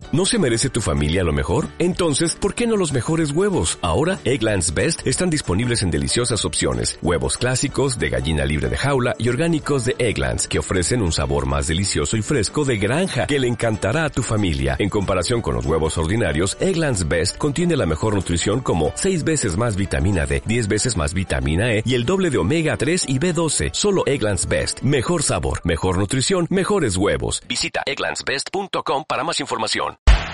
¿No se merece tu familia lo mejor? Entonces, ¿por qué no los mejores huevos? Ahora, Eggland's Best están disponibles en deliciosas opciones. Huevos clásicos, de gallina libre de jaula y orgánicos de Eggland's, que ofrecen un sabor más delicioso y fresco de granja, que le encantará a tu familia. En comparación con los huevos ordinarios, Eggland's Best contiene la mejor nutrición como 6 veces más vitamina D, 10 veces más vitamina E y el doble de omega 3 y B12. Solo Eggland's Best. Mejor sabor, mejor nutrición, mejores huevos. Visita egglandsbest.com para más información.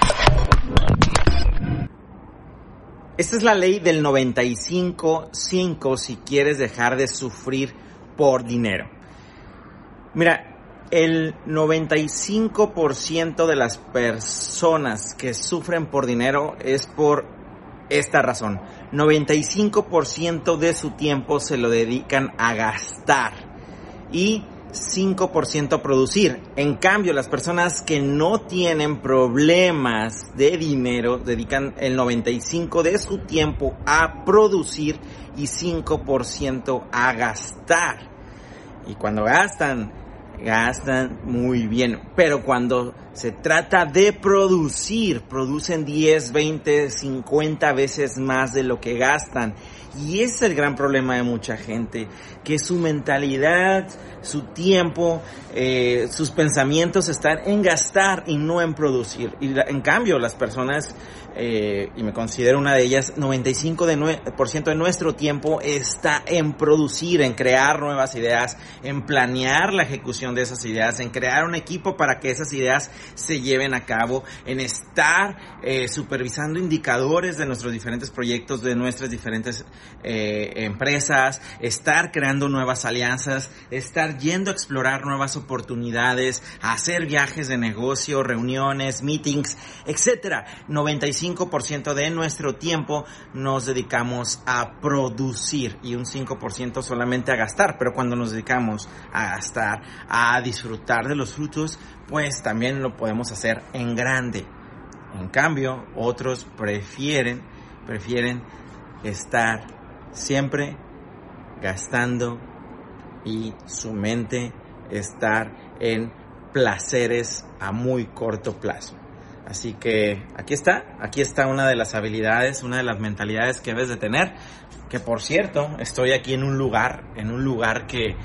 Esta es la ley del 95-5 si quieres dejar de sufrir por dinero. Mira, el 95% de las personas que sufren por dinero es por esta razón. 95% de su tiempo se lo dedican a gastar y 5% a producir. En cambio, las personas que no tienen problemas de dinero dedican el 95% de su tiempo a producir y 5% a gastar. Y cuando gastan muy bien. Pero cuando se trata de producen 10, 20, 50 veces más de lo que gastan. Y ese es el gran problema de mucha gente, que su mentalidad, su tiempo, sus pensamientos están en gastar y no en producir. Y en cambio, las personas, y me considero una de ellas, 95% de nuestro tiempo está en producir, en crear nuevas ideas, en planear la ejecución de esas ideas, en crear un equipo para que esas ideas se lleven a cabo, en estar supervisando indicadores de nuestros diferentes proyectos, de nuestras diferentes empresas, estar creando nuevas alianzas, estar yendo a explorar nuevas oportunidades, hacer viajes de negocio, reuniones, meetings, etcétera. 95% de nuestro tiempo nos dedicamos a producir y un 5% solamente a gastar. Pero cuando nos dedicamos a gastar, a disfrutar de los frutos, pues también lo podemos hacer en grande. En cambio, otros prefieren estar siempre gastando y su mente estar en placeres a muy corto plazo. Así que aquí está una de las habilidades, una de las mentalidades que debes de tener. Que por cierto, estoy aquí en un lugar que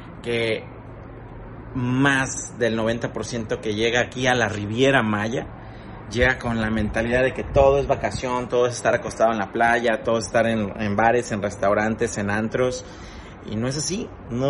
más del 90% que llega aquí a la Riviera Maya llega con la mentalidad de que todo es vacación, todo es estar acostado en la playa, todo es estar en bares, en restaurantes, en antros. Y no es así.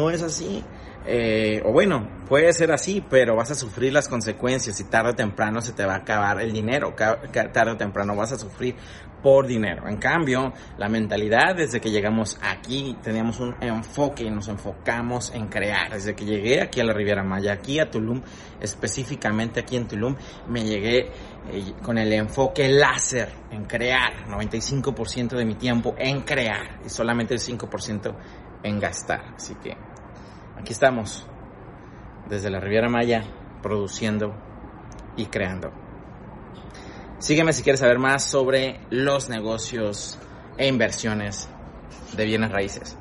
O bueno, puede ser así, pero vas a sufrir las consecuencias y tarde o temprano se te va a acabar el dinero. Tarde o temprano vas a sufrir por dinero. En cambio, la mentalidad desde que llegamos aquí, teníamos un enfoque y nos enfocamos en crear. Desde que llegué aquí a la Riviera Maya, aquí a Tulum, específicamente aquí en Tulum, me llegué con el enfoque láser en crear. 95% de mi tiempo en crear y solamente el 5% en gastar. Así que aquí estamos, desde la Riviera Maya, produciendo y creando. Sígueme si quieres saber más sobre los negocios e inversiones de bienes raíces.